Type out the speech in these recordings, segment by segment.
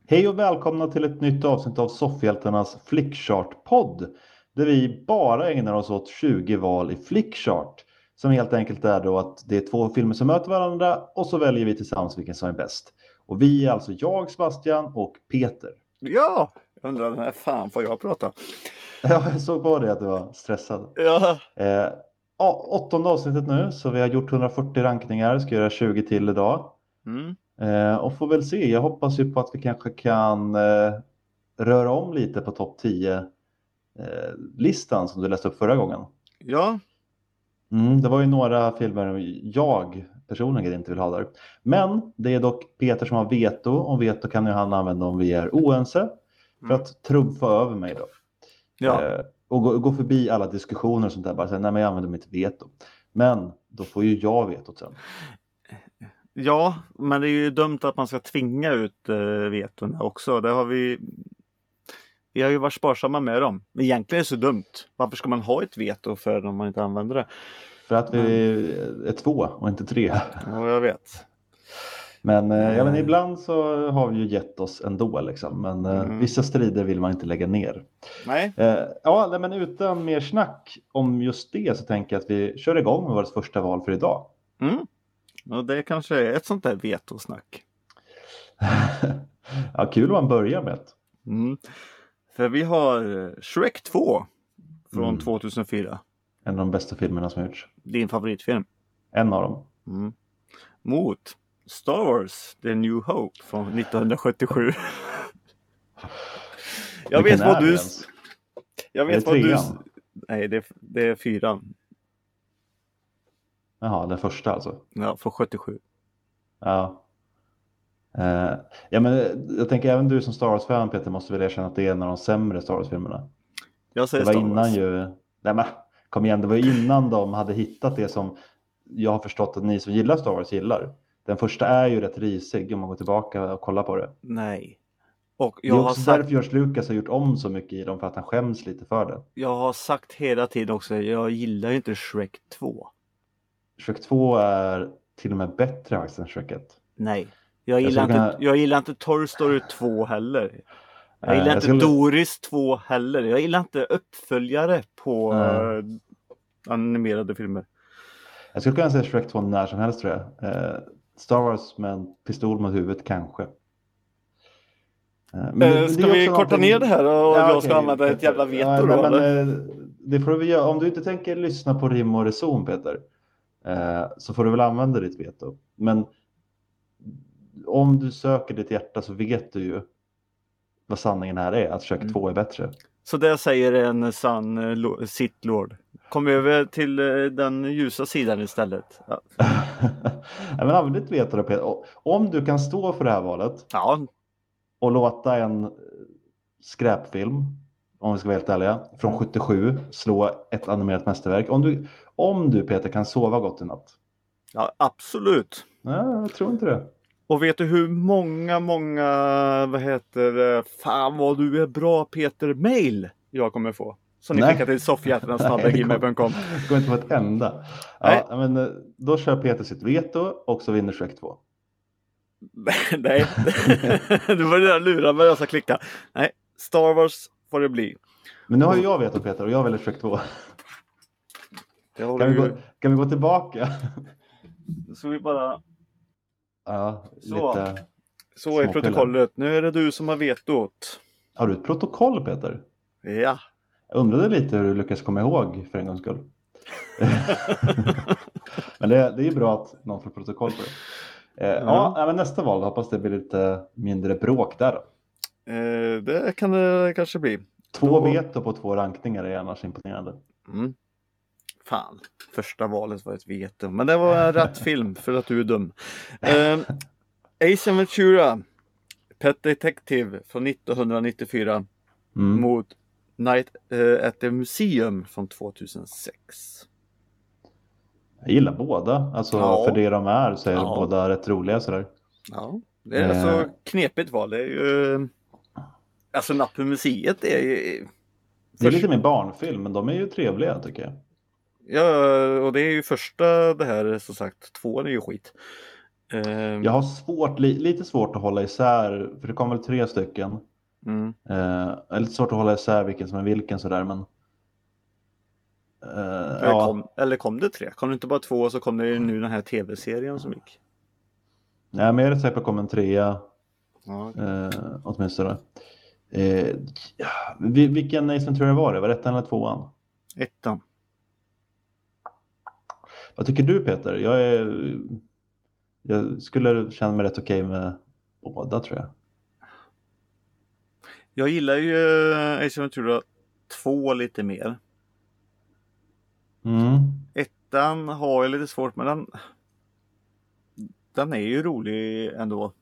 Hej och välkomna till ett nytt avsnitt av Soffhjältarnas Flickchart-podd. Där vi bara ägnar oss åt 20 val i Flickchart. Som helt enkelt är då att det är två filmer som möter varandra och så väljer vi tillsammans vilken som är bäst. Och vi är alltså jag, Sebastian och Peter. Ja, jag undrar när fan får jag prata? Ja, jag såg på det att du var stressad. Ja. Åttonde avsnittet nu, så vi har gjort 140 rankningar, ska göra 20 till idag. Och får väl se, jag hoppas ju på att vi kanske kan röra om lite på topp 10 listan som du läste upp förra gången. Ja. Det var ju några filmer jag personligen inte vill ha där. Men det är dock Peter som har veto, och veto kan ju han använda om vi är oense. För att trumfa över mig då. Ja. Och gå förbi alla diskussioner och sånt där. Bara säga, nej men jag använder mitt veto. Men då får ju jag vetot sen. Ja, men det är ju dumt att man ska tvinga ut vetorna också. Det har vi har ju varit sparsamma med dem. Men egentligen är det så dumt. Varför ska man ha ett veto för om man inte använder det? För att vi är 2 och inte 3. Ja, jag vet. Men ibland så har vi ju gett oss ändå liksom. Men vissa strider vill man inte lägga ner. Nej. Men utan mer snack om just det så tänker jag att vi kör igång med vårt första val för idag. Och det kanske är ett sånt där vetosnack. Ja, kul om man börjar med ett. För vi har Shrek 2 från 2004. En av de bästa filmerna som har gjorts. Din favoritfilm. En av dem. Mot Star Wars The New Hope från 1977. Jag vet vad du... Jag vet vad du... Nej, det är 4. Jaha, den första alltså. Ja, från 77. Ja. Men jag tänker även du som Star Wars-fan, Peter, måste väl erkänna att det är en av de sämre Star Wars-filmerna. Jag säger det var Star innan Wars. Nej men, kom igen, det var innan de hade hittat det som jag har förstått att ni som gillar Star Wars gillar. Den första är ju rätt risig om man går tillbaka och kollar på det. Nej. Och det är också därför George Lucas har gjort om så mycket i dem, för att han skäms lite för det. Jag har sagt hela tiden också, jag gillar ju inte Shrek 2. Shrek 2 är till och med bättre än Shrek 1. Nej, jag gillar inte Toy Story 2 heller. Jag gillar inte Doris 2 heller. Jag gillar inte uppföljare på animerade filmer. Jag skulle kunna säga Shrek 2 när som helst, tror jag. Star Wars med en pistol mot huvudet kanske. Ska vi korta ner det här och jag ska använda ett jävla veto då? Det får vi göra. Om du inte tänker lyssna på rim och reson, Peter, så får du väl använda ditt veto. Men om du söker ditt hjärta så vet du ju vad sanningen här är, att Shrek 2 är bättre. Så det säger en sann Sith Lord. Kom över till den ljusa sidan istället. Ja. Men använd ditt veto då, Peter. Om du kan stå för det här valet och låta en skräpfilm, om vi ska vara helt ärliga, från 77 slå ett animerat mästerverk. Om du, Peter, kan sova gott i natt. Ja, absolut. Nej, jag tror inte det. Och vet du hur många, fan vad du är bra, Peter, mail jag kommer få? Så ni skickar till soffhjältarna@gmail.com. Det går inte på ett enda. Ja, men då kör Peter sitt veto och så vinner Shrek 2. Nej, du var redan lurad vad jag ska klicka. Nej, Star Wars får det bli. Men nu har ju jag veto, Peter, och jag väljer Shrek 2. Kan vi gå tillbaka? Så vi bara... Ja, så är protokollet. Nu är det du som har vetot. Har du ett protokoll, Peter? Ja. Jag undrade lite hur du lyckas komma ihåg för en gångs skull. Men det är ju bra att någon får protokoll på det. Men nästa val, hoppas det blir lite mindre bråk där då. Det kan det kanske bli. 2 veto på 2 rankningar är annars imponerande. Fan, första valet var ett veto. Men det var en rätt film för att du är dum. Ace Ventura, Pet Detective från 1994 mot Night at the Museum från 2006. Jag gillar båda. Alltså för det de är så är båda rätt roliga sådär. Ja, det är så knepigt val. Det är ju... Alltså Natt på museet är ju... Det är lite mer barnfilm, men de är ju trevliga tycker jag. Ja, och det är ju första det här, som sagt, 2 är ju skit. Jag har lite svårt att hålla isär, för det kom väl 3 stycken. Det är lite svårt att hålla isär vilken som är vilken sådär, men... Kom det 3? Kom det inte bara 2 och så kom det ju nu den här tv-serien som gick? Nej, men jag är rätt säker på att det kom en 3. Ja. Åtminstone. Vilken Ace Ventura var det? Var det 1 eller 2? 1. Vad tycker du, Peter? Jag skulle känna mig rätt okej med båda, tror jag. Jag gillar ju Ace Ventura 2 lite mer. 1 har jag lite svårt med. Den är ju rolig ändå.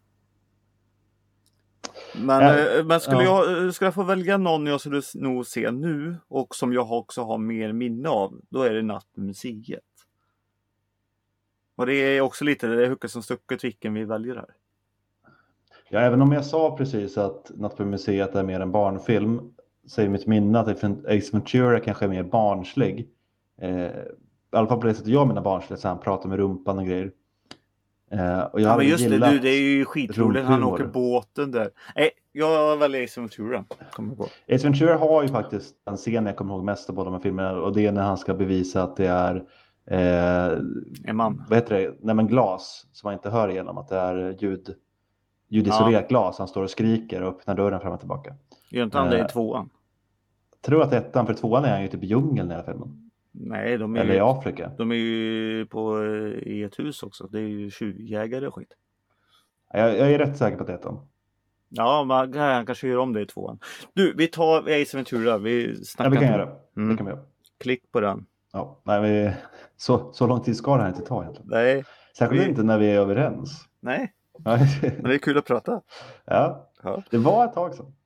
Men skulle jag få välja någon jag skulle nog se nu och som jag också har mer minne av, då är det Natt på museet. Och det är också lite det hucka som stucket vilken vi väljer här. Ja, även om jag sa precis att Natt på museet är mer en barnfilm, säger mitt minne att Ace Ventura kanske är mer barnslig. I alla fall på det sättet jag menar barnslig, så han pratar med rumpan och grejer. Och jag men just det är ju skitroligt. Han åker båten där. Nej, jag väljer Ace Ventura. Ace Ventura har ju faktiskt en scen jag kommer ihåg mest av båda de här filmerna, och det är när han ska bevisa att det är en man. Vad heter det? Nej, men glas som man inte hör igenom, att det är ljudisolerat glas. Han står och skriker och öppnar dörren fram och tillbaka. Gör inte han det i 2? Jag tror att 1, för 2 är han ju typ i djungeln i hela filmen. Nej, de är eller i Afrika. De är ju i ett hus också. Det är ju tjuvjägare och skit. Jag är rätt säker på att det är 1. Ja, man kanske gör om det i 2. Du, vi tar Ace Ventura. Vi snackar. Ja, vi kan göra det. Kan vi göra. Klick på den. Ja, nej, så lång tid ska det här inte ta egentligen. Nej. Särskilt inte när vi är överens. Nej. Men det är kul att prata. Ja. Det var ett tag sedan.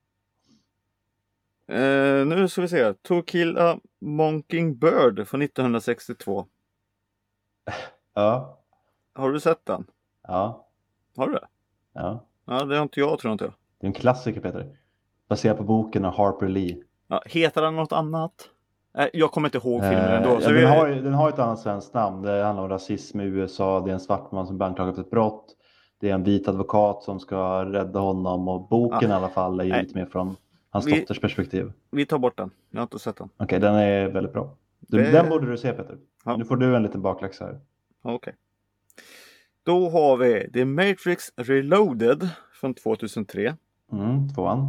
Nu ska vi se. To Kill a Mockingbird från 1962. Ja. Har du sett den? Ja. Har du det? Ja. Ja, det har inte jag, tror inte jag. Det är en klassiker, Peter. Baserad på boken av Harper Lee. Ja, heter den något annat? Jag kommer inte ihåg filmen ändå. Så den har ett annat svenskt namn. Det handlar om rasism i USA. Det är en svart man som blir anklagad för ett brott. Det är en vit advokat som ska rädda honom. Och boken i alla fall är lite mer från hans dotters perspektiv. Vi tar bort den. Jag har inte sett den. Okej, den är väldigt bra. Den borde du se, Peter. Ja. Nu får du en liten bakläxa här. Okej. Då har vi The Matrix Reloaded från 2003. 2.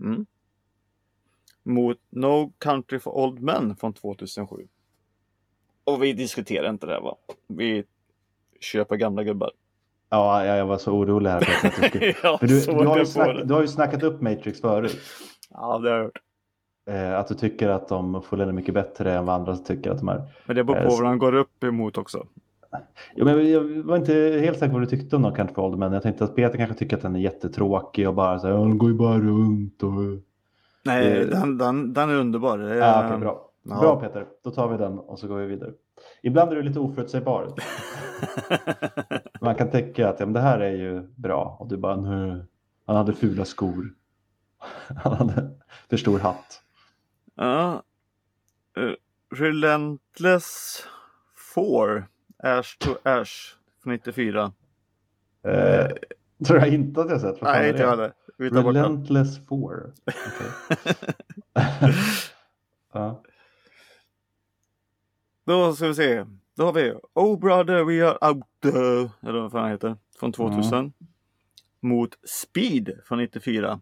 Mot No Country for Old Men från 2007. Och vi diskuterar inte det här, va? Vi köper gamla gubbar. Ja, jag var så orolig här. För du har ju snackat upp Matrix förut. Ja, det har jag hört. Att du tycker att de får lära mycket bättre än vad andra tycker att de är. Men det beror på vad de går upp emot också. Jo, men jag var inte helt säker på vad du tyckte om No Country for Old Men. Jag tänkte att Peter kanske tycker att den är jättetråkig och bara så här, den går ju bara runt och... Nej, den är underbar. Ja, okej, bra. Ja. Bra, Peter. Då tar vi den och så går vi vidare. Ibland är du lite oförutsägbar. Man kan tänka att det här är ju bra. Och du bara, han hade fula skor. Han hade för stor hatt. Ja. Relentless 4. Ash to Ash från 94. Tror jag inte att jag sett. Nej, inte jag heller. Relentless 4. Ja. Då ska vi se. Då har vi Oh Brother We Are Out eller vad fan det heter. Från 2000. Mot Speed från 94.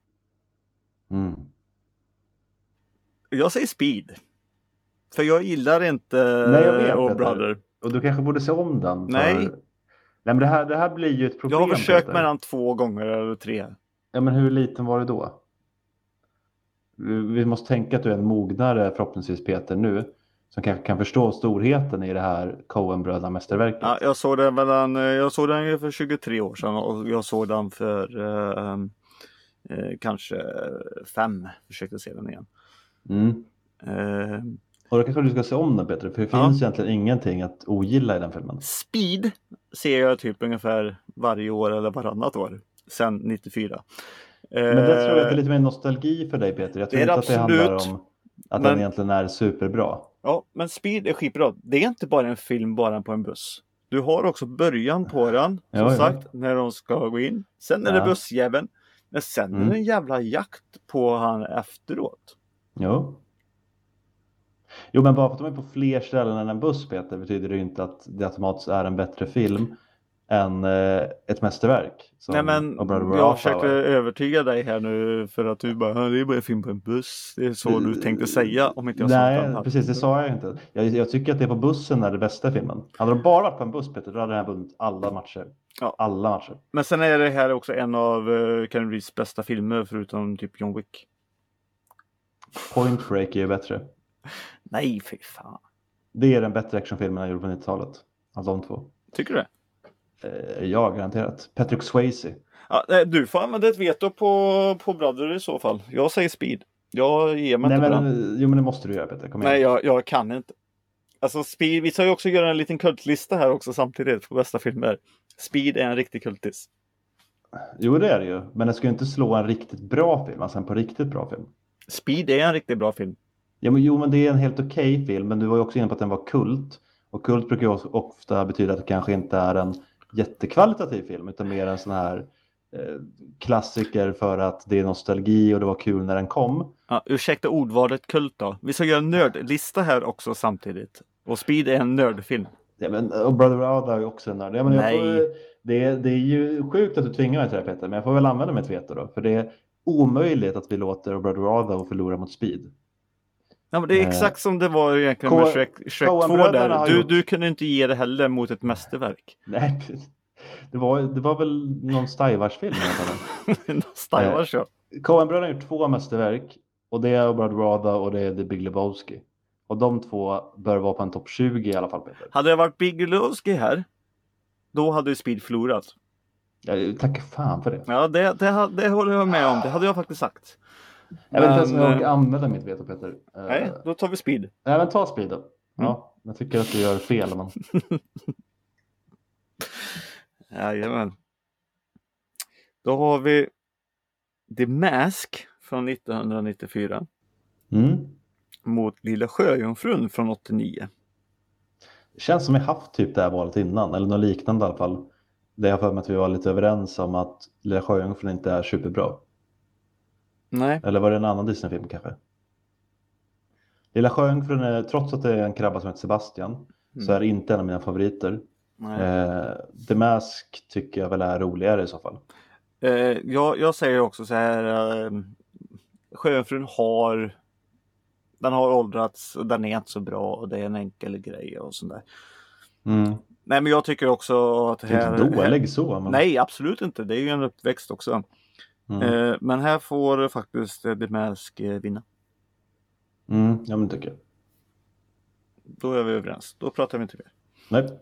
Jag säger Speed. För jag gillar inte Oh Brother. Och du kanske borde se om den. Nej. Nej, men det här blir ju ett problem. Jag har försökt med den 2 gånger eller 3. Ja, men hur liten var det då? Vi måste tänka att du är en mognare förhoppningsvis, Peter, nu. Som kanske kan förstå storheten i det här Coen-bröderna-mästerverket. Ja, jag såg den för 23 år sedan. Och jag såg den för kanske 5. Försökte se den igen. Och då kanske du ska se om den, Peter. För det finns egentligen ingenting att ogilla i den filmen. Speed ser jag typ ungefär varje år eller varannat år. Sen 94. Men det tror jag är lite mer nostalgi för dig, Peter. Jag tror inte att det handlar om att den egentligen är superbra. Ja, men Speed är skitbra. Det är inte bara en film bara på en buss. Du har också början på den, som sagt, när de ska gå in. Sen är det bussjäveln. Men sen är det en jävla jakt på han efteråt. Jo, men bara för att de är på fler ställen än en buss, Peter, betyder det ju inte att det automatiskt är en bättre film än ett mästerverk. Nej, men jag försökte övertyga dig här nu för att du bara, det är bara en film på en buss. Det är så du tänkte säga om inte jag sa det. Nej, precis, det sa jag inte. Jag tycker att det är på bussen är det bästa filmen. Hade de bara varit på en buss, Peter, då hade den här vunnit alla matcher. Ja. Alla matcher. Men sen är det här också en av Ken Reeves bästa filmer förutom typ John Wick. Point Break är ju bättre. Nej, fy fan. Det är den bättre actionfilmen jag gjorde på 90-talet. Av de två. Tycker du det? Ja, garanterat. Patrick Swayze. Ja, du får använda ett veto på Brother i så fall. Jag säger Speed. Jag ger mig inte på den. Jo, men det måste du göra, Peter. Kom igen. Nej, jag kan inte. Alltså Speed, vi ska ju också göra en liten kultlista här också samtidigt på bästa filmer. Speed är en riktig kultis. Jo, det är det ju. Men det ska ju inte slå en riktigt bra film. Alltså en på riktigt bra film. Speed är en riktigt bra film. Ja, men det är en helt okej film. Men du var ju också inne på att den var kult. Och kult brukar ju ofta betyda att det kanske inte är en jättekvalitativ film. Utan mer en sån här klassiker för att det är nostalgi och det var kul när den kom. Ja, ursäkta ordvalet kult då. Vi ska göra en nördlista här också samtidigt. Och Speed är en nördfilm. Ja, men och Brother Owl är ju också en nörd. Ja, men Nej. Det är ju sjukt att du tvingar mig till det, Peter. Men jag får väl använda mitt veto då. För det är omöjligt att vi låter Brother Owl förlora mot Speed. Ja, men det är exakt som det var egentligen med Shrek 2 där. Du kunde inte ge det heller mot ett mästerverk. Nej, det var väl någon Stivars-film. Stivars, ja. Coen-bröderna har gjort 2 mästerverk. Och det är Brother Owl och det är The Big Lebowski. Och de 2 bör vara på en topp 20 i alla fall, Peter. Hade det varit Big Lebowski här, då hade Speed förlorat. Ja, tack fan för det. Ja, det håller jag med om. Det hade jag faktiskt sagt. Jag vet inte ens om jag använder mitt veto, Peter. Nej, då tar vi Speed. Nej, men ta Speed då. Ja, jag tycker att du gör fel. Men... Jajamän. Då har vi The Mask från 1994. Mot Lilla Sjöjungfrun från 89. Det känns som vi haft typ det här valet innan. Eller något liknande i alla fall. Det har för mig att vi var lite överens om att Lilla Sjöjungfrun inte är superbra. Nej. Eller var det en annan Disney-film kanske? Lilla Sjöjungfrun är, trots att det är en krabba som heter Sebastian, så är det inte en av mina favoriter. The Mask tycker jag väl är roligare i så fall. Jag säger också så här, Sjöjungfrun har åldrats och den är inte så bra och det är en enkel grej och sånt där. Nej, men jag tycker också att det är inte dålig så. Men... Nej, absolut inte. Det är ju en uppväxt också. Men här får faktiskt The Mask vinna. Ja, men tycker jag. Då är vi överens. Då pratar vi inte mer. Nej.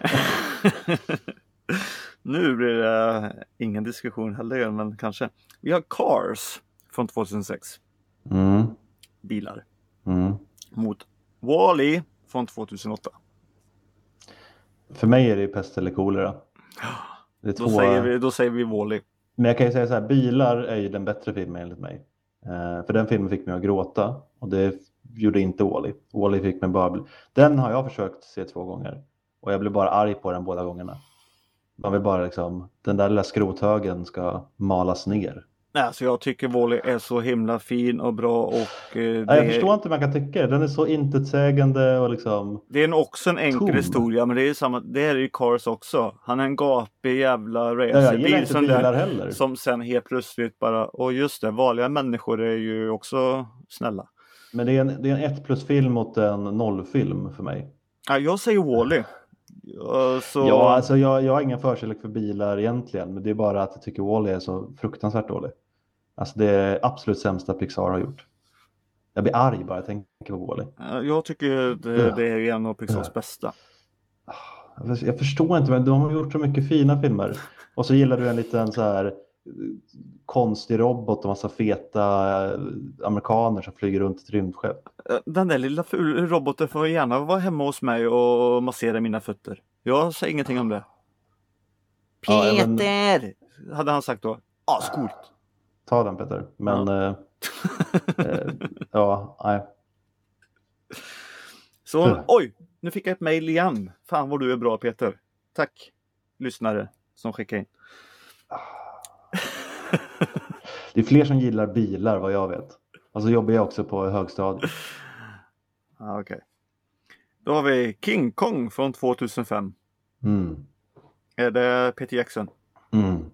Nu blir det ingen diskussion heller, men kanske. Vi har Cars från 2006. Bilar. Mot Wall-E från 2008. För mig är det pest eller kolera. Då säger vi Wall-E. Men jag kan ju säga så här, bilar är ju den bättre filmen enligt mig. För den filmen fick mig att gråta. Och det gjorde inte Wall-E. Wall-E fick mig bara... Den har jag försökt se 2 gånger. Och jag blev bara arg på den båda gångerna. Man vill bara liksom... Den där lilla skrothögen ska malas ner. Alltså jag tycker Wall-E är så himla fin och bra och... Jag förstår inte hur man kan tycka det. Den är så intetsägande och liksom... Det är också en enkel historia, men det är samma... Det är ju Cars också. Han är en gapig jävla racerbil som sen helt plötsligt bara... Och just det, vanliga människor är ju också snälla. Men det är en 1+-film mot en 0-film för mig. Ja, jag säger Wall-E. Ja, alltså jag har ingen förkärlek för bilar egentligen. Men det är bara att jag tycker Wall-E är så fruktansvärt dålig. Alltså det är absolut sämsta Pixar har gjort. Jag blir arg bara jag tänker på Wall-E. Jag tycker det är en av Pixars bästa. Jag förstår inte, men de har gjort så mycket fina filmer. Och så gillar du en liten så här konstig robot och massa feta amerikaner som flyger runt ett rymdskepp. Den där lilla roboten får gärna vara hemma hos mig och massera mina fötter. Jag säger ingenting om det. Peter! Hade han sagt då. Skort. Ta den, Peter. Men nej. Så, oj! Nu fick jag ett mejl igen. Fan vad du är bra, Peter. Tack lyssnare som skickar in. Det är fler som gillar bilar vad jag vet. Alltså jobbar jag också på högstadiet. Ja, okej. Då har vi King Kong från 2005. Mm. Är det Peter Jackson? Mm.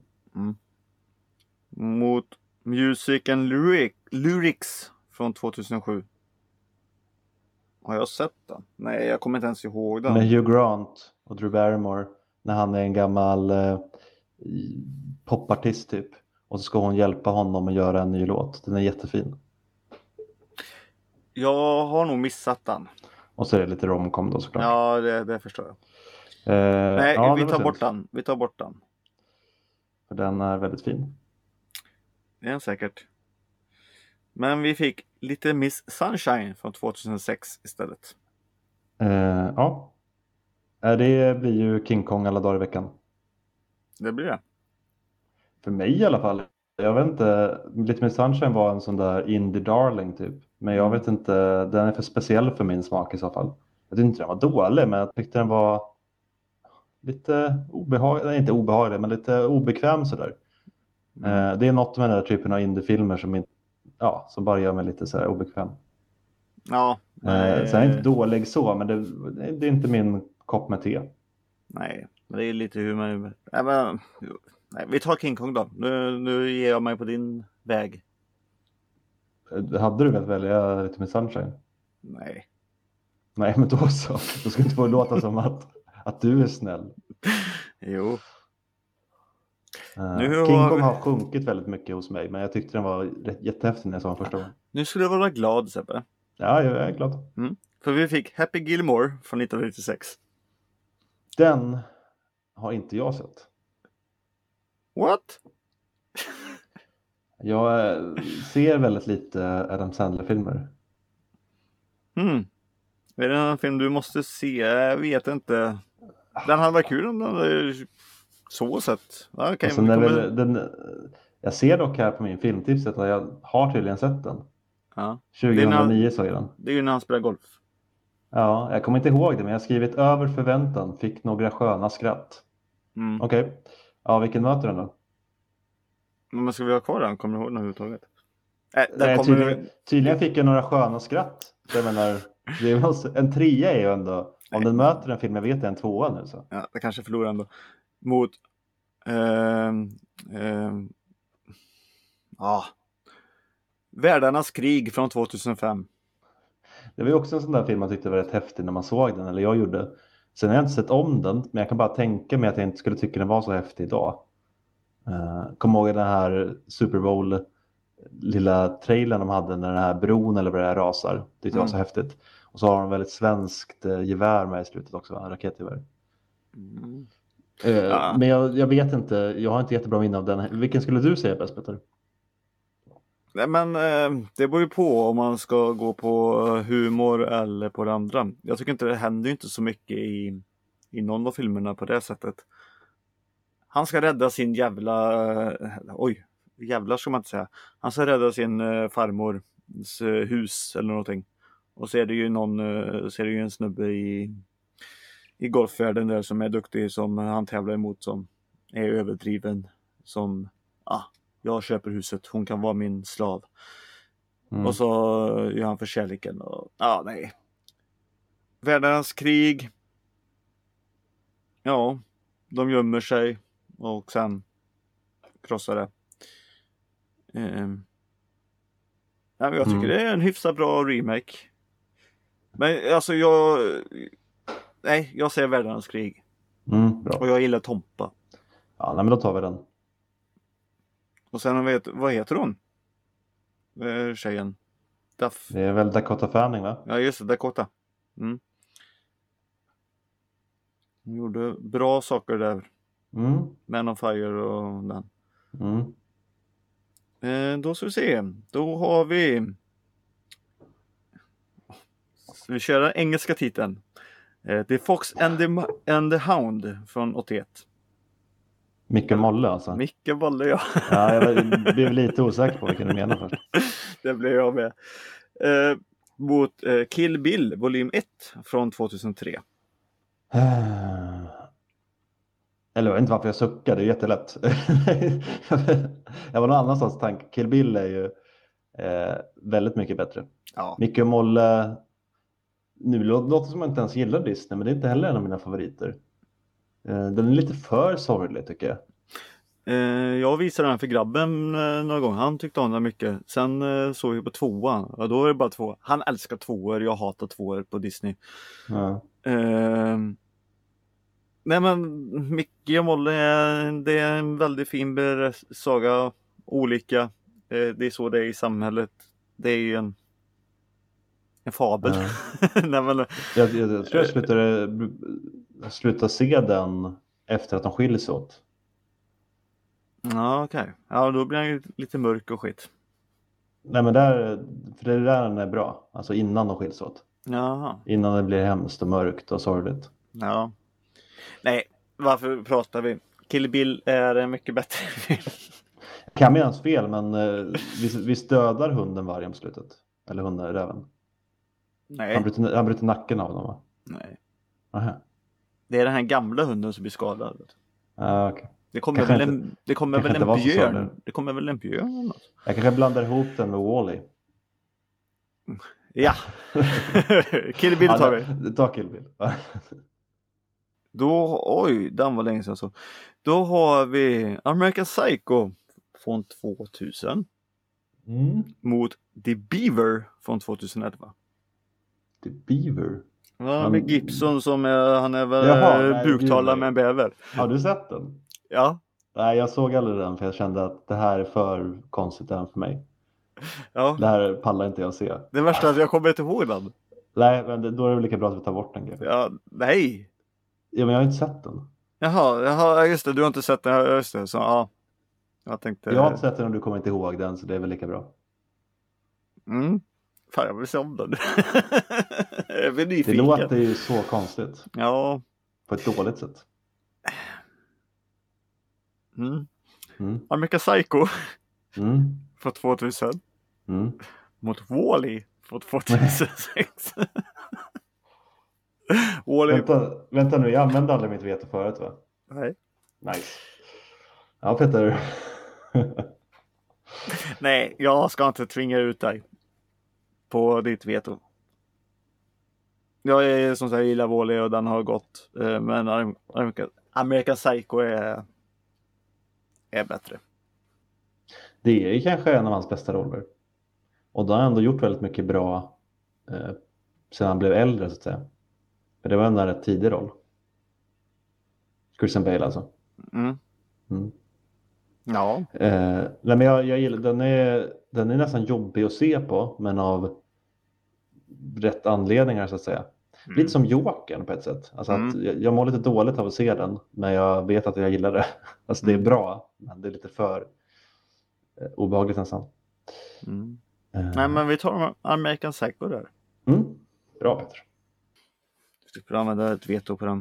Mot Music and Lyrics från 2007. Har jag sett den? Nej, jag kommer inte ens ihåg den. Med Hugh Grant och Drew Barrymore. När han är en gammal popartist typ. Och så ska hon hjälpa honom att göra en ny låt. Den är jättefin. Jag har nog missat den. Och så är det lite romcom då såklart. Ja, det förstår jag. Nej, ja, vi tar bort den. Vi tar bort den. För den är väldigt fin. Det är den säkert. Men vi fick lite Miss Sunshine från 2006 istället. Ja. Det blir ju King Kong alla dagar i veckan. Det blir det. För mig i alla fall. Jag vet inte. Little Miss Sunshine var en sån där indie darling typ. Men jag vet inte. Den är för speciell för min smak i så fall. Jag tyckte inte den var dålig. Men jag tyckte den var lite obehaglig. Nej, inte obehaglig. Men lite obekväm sådär. Det är något med den där typen av indiefilmer som bara gör mig lite så här obekväm. Ja. Sen är jag inte dålig så. Men det är inte min kopp med te. Nej, men det är lite hur man... Nej, vi tar King Kong då. Nu ger jag mig på din väg. Hade du velat välja lite med Sunshine? Nej. Nej, men då så. Då ska inte få låta som att du är snäll. Jo. King Kong har sjunkit väldigt mycket hos mig. Men jag tyckte den var jättehäftig när jag såg den första gången. Nu skulle jag vara glad, Seppe. Ja, jag är glad. För vi fick Happy Gilmore från 1996. Den har inte jag sett. What? Jag ser väldigt lite Adam Sandler-filmer. Är det en film du måste se? Jag vet inte. Den hade varit kul om den hade så sett. Ja, okay, alltså, jag ser dock här på min filmtipset att jag har tydligen sett den. Ja. 2009 så är den. Det är ju när han spelar golf. Ja, jag kommer inte ihåg det, men jag har skrivit över förväntan. Fick några sköna skratt. Okej. Ja, vilken möter den då? Men ska vi ha kvar den? Kommer du ihåg den överhuvudtaget? Tydligen fick jag några sköna skratt. Jag menar, en 3 är ju ändå... Om den möter en film, jag vet det är en 2 nu så. Ja, det kanske förlorar ändå. Mot... Världarnas krig från 2005. Det var ju också en sån där film man tyckte var rätt häftig när man såg den. Eller jag gjorde. Sen har jag inte sett om den. Men jag kan bara tänka mig att jag inte skulle tycka den var så häftig idag. Kom ihåg den här Super Bowl lilla trailern de hade när den här bron eller vad det är rasar. Det var så häftigt. Och så har de väldigt svenskt gevär med i slutet också. En raketgevär. Men jag vet inte. Jag har inte jättebra minne av den. Vilken skulle du säga bäst, Peter? Nej, men det beror ju på om man ska gå på humor eller på det andra. Jag tycker inte det händer inte så mycket i någon av filmerna på det sättet. Han ska rädda sin jävlar ska man inte säga. Han ska rädda sin farmors hus eller någonting. Och så är det ju en snubbe i golfvärlden där som är duktig, som han tävlar emot, som är överdriven, som jag köper huset, hon kan vara min slav. Och så gör han för kärleken och nej. Världens krig. Ja, de gömmer sig och sen krossar det. Jag tycker det är en hyfsat bra remake. Men alltså jag ser Världens krig. Bra. Och jag gillar Tompa. Ja, men då tar vi den. Och sen vad heter hon? Tjejen. Duff. Det är väl Dakota Fanning, va? Ja, just det, Dakota. Hon gjorde bra saker där. Man on Fire och den. Då ska vi se. Då har vi... Vi kör den engelska titeln. The Fox and the Hound från 81. Micke Molle alltså. Micke Molle, ja. Ja, jag blev lite osäker på vilken du menar först. Det blev jag med. Mot Kill Bill volym 1 från 2003. Eller jag vet inte varför jag suckar, det är jättelätt. Jag var någon annanstans tanke. Kill Bill är ju väldigt mycket bättre. Ja. Micke och Molle, nu låter som jag inte ens gillar Disney, men det är inte heller en av mina favoriter. Den är lite för sorglig tycker jag. Jag visade den för grabben några gånger. Han tyckte om den mycket. Sen såg vi på tvåan. Och då är det bara två. Han älskar tvåor. Jag hatar tvåor på Disney. Ja. Nej men Micke och Molle det är en väldigt fin saga. Olika. Det är så det är i samhället. Det är ju en fabel. Ja. Nej, men, Jag tror jag slutade se den efter att de skiljs åt. ja, okej. Ja, då blir han ju lite mörk och skit. Nej men för det är där den är bra. Alltså innan de skiljs åt. Jaha. Innan det blir hemskt och mörkt och sorgligt. Ja. Nej, varför pratar vi? Kill Bill är en mycket bättre film. Kan vi ens fel, men vi dödar hunden varje på slutet. Eller hunden, räven. Nej. Han bryter nacken av dem va? Nej. Aha. Det är den här gamla hunden som blir skadad. Okay. Det kommer Kanske väl inte- en, det kommer kanske väl inte en var så björn. sorglig. Det kommer väl en björn eller något. Jag kanske blandar ihop den med Wall-E. Ja. Kill Bill tar vi. Ta Kill Bill. Då, oj, den var länge sedan så. Då har vi American Psycho från 2000 mot The Beaver från 2011. The Beaver. Ja, med Gibson som han är väl Jaha, nej, buktalare gud, med en bäver. Har du sett den? Ja, Nej, jag såg aldrig den för jag kände att det här är för konstigt även för mig. ja. Det här pallar inte jag se. Det värsta är att jag kommer inte ihåg den. Nej, men då är det lika bra att vi tar bort den. Ja, nej. Ja, men jag har inte sett den. Jaha, just det, du har inte sett den. Just det, så ja. Jag tänkte... Jag har inte sett den och du kommer inte ihåg den, så det är väl lika bra. Mm. Fan, jag vill se om den. Jag blir Det nyfiken. låter ju så konstigt. Ja. På ett dåligt sätt. Mm. Mm. American Psycho Mm. från 2000 Mm. mot Wall-E från 2006. Wall-E... Vänta nu, jag använde aldrig mitt veto förut va? Nej. Nice. Ja, Peter. Nej, jag ska inte tvinga ut dig på ditt veto. Jag är som sagt, jag gillar Wall-E och den har gått. Men American Psycho är bättre. Det är ju kanske en av hans bästa roller. Och då har han ändå gjort väldigt mycket bra sedan han blev äldre så att säga. För det var en rätt tidig roll. Christian Bale alltså. Mm. Mm. Ja. Nej, men jag gillar, den är nästan jobbig att se på, men av rätt anledningar så att säga. Mm. Lite som Jokern på ett sätt. Alltså att jag mår lite dåligt av att se den, men jag vet att jag gillar det. Alltså det är bra, men det är lite för obehagligt nästan. Mm. Nej, men vi tar American Psycho där. Mm. Bra Peter. Du slipper använda ett veto på den.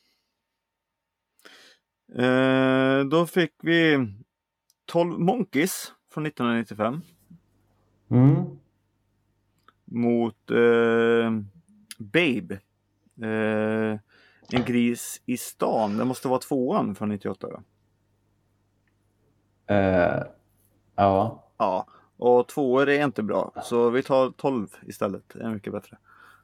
Då fick vi 12 Monkeys från 1995 mot Babe. En gris i stan. Det måste vara tvåan från 98 då. Ja. Ja, och tvåor är inte bra. Så vi tar 12 istället. Det är mycket bättre.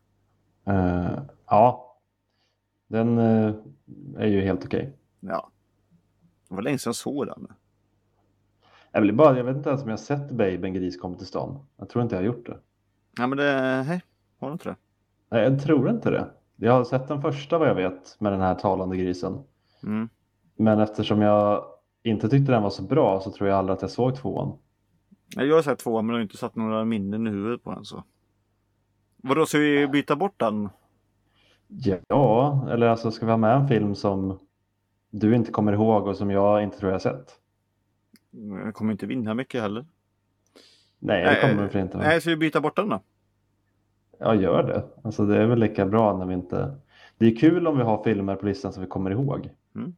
Ja. Den är ju helt okej. Ja. Det var länge sedan jag såg den. Jag vet inte ens om jag har sett Babe, en gris kommer till stan. Jag tror inte jag har gjort det. Ja, men hej, har du inte det? Nej, jag tror inte det. Jag har sett den första vad jag vet med den här talande grisen. Mm. Men eftersom jag inte tyckte den var så bra så tror jag aldrig att jag såg tvåan. Jag har sett tvåan men jag har inte satt några minnen i huvudet på den så. Vadå, ska vi byta bort den? Ja, eller alltså ska vi ha med en film som du inte kommer ihåg och som jag inte tror jag har sett? Jag kommer inte vinna mycket heller. Nej, det kommer vi för inte. Nej, ska vi byta bort den då? Ja, gör det. Alltså det är väl lika bra när vi inte... Det är kul om vi har filmer på listan som vi kommer ihåg. Mm.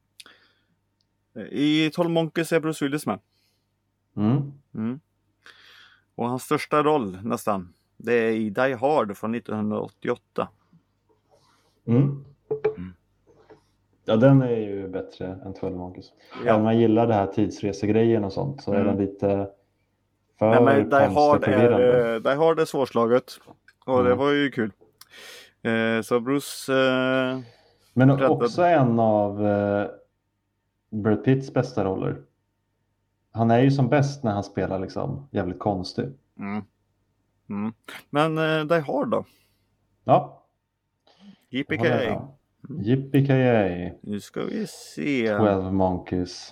I 12 Monkeys är Bruce Willis med. Mm. Och hans största roll nästan, det är i Die Hard från 1988. Ja, den är ju bättre än 12 Monkeys. Ja. Även om man gillar det här tidsresegrejen och sånt så är den lite Nej, för men Die konstig och förvirrande. Die Hard är svårslaget. Och det Mm. var ju kul. Så Bruce Men räddade. också en av Brad Pitts bästa roller. Han är ju som bäst när han spelar liksom jävligt konstig. Men Die Hard då? Ja, JPK. Yippee-ki-yay. Nu ska vi se. 12 Monkeys.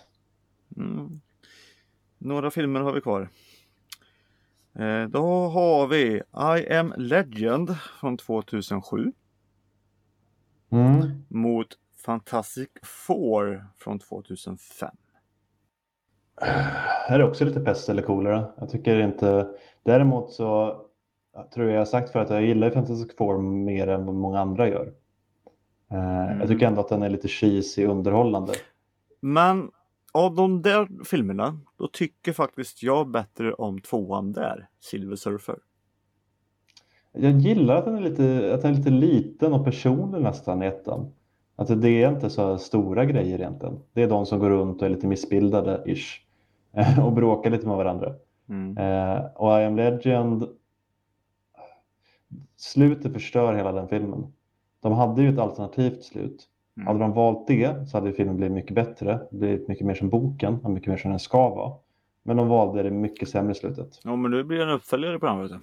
Några filmer har vi kvar. Då har vi I Am Legend från 2007. Mot Fantastic Four från 2005. Här är också lite pest eller kolera. Jag tycker inte... Däremot så tror jag har sagt för att jag gillar Fantastic Four mer än vad många andra gör. Jag tycker ändå att den är lite cheesy underhållande. Men av de där filmerna då tycker faktiskt jag bättre om tvåan där, Silver Surfer. Jag gillar att den är lite liten och personlig nästan i ettan. Alltså det är inte så stora grejer egentligen. Det är de som går runt och är lite missbildade ish. Och bråkar lite med varandra. Och I Am Legend, slutet förstör hela den filmen. De hade ju ett alternativt slut. Hade de valt det så hade filmen blivit mycket bättre. Blivit mycket mer som boken och mycket mer som den ska vara. Men de valde det mycket sämre slutet. Ja, men nu blir det en uppföljare på den, vet du.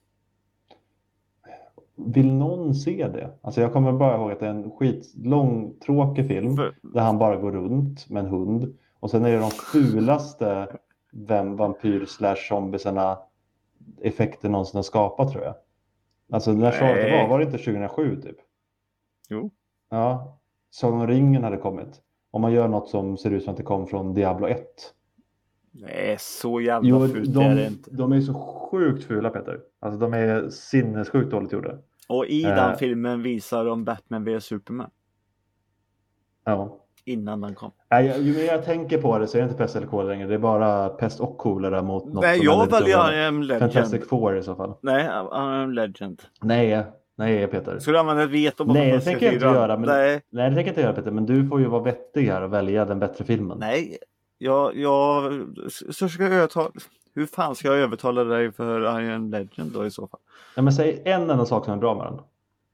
Vill någon se det? Alltså jag kommer bara ihåg att det är en skitlång, tråkig film där han bara går runt med en hund. Och sen är det de fulaste vampyr/zombiesarna effekter någonsin har skapat, tror jag. Alltså när var det inte 2007 typ? Jo. Ja, Sagan om ringen hade kommit. Om man gör något som ser ut som att det kom från Diablo 1. Nej, så jävla fult är det inte. De är så sjukt fula, Peter. Alltså de är sinnessjukt dåligt gjorda. Och i den filmen visar de Batman vs Superman. Ja. Innan den kom. Nej, ju mer jag tänker på det så är det inte pest eller kolera längre. Det är bara pest och kolera mot något. Nej, som jag väljer I Am Legend. Fantastic Four i så fall. Nej, I Am Legend. Nej, Peter. Ska du använda ett veto? Nej, det tänker jag inte göra. Nej, det tänker jag inte göra, Peter. Men du får ju vara vettig här och välja den bättre filmen. Nej, jag så ska jag övertala. Hur fan ska jag övertala dig för I Am Legend då i så fall? Ja, men säg en enda sak som är bra med den.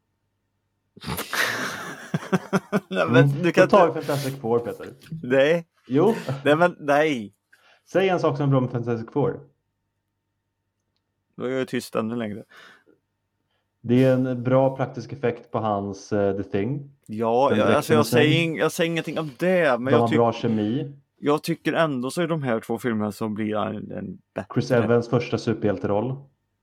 Nej, men du kan då tar vi Fantastic Four, Peter. Nej. Jo. Nej, men nej. Säg en sak som är bra med Fantastic Four. Då är jag tyst ännu längre. Det är en bra praktisk effekt på hans The Thing. Ja, jag säger ingenting om det. Men de har bra kemi. Jag tycker ändå så är de här två filmerna som blir en bättre. Chris Evans första superhjälteroll.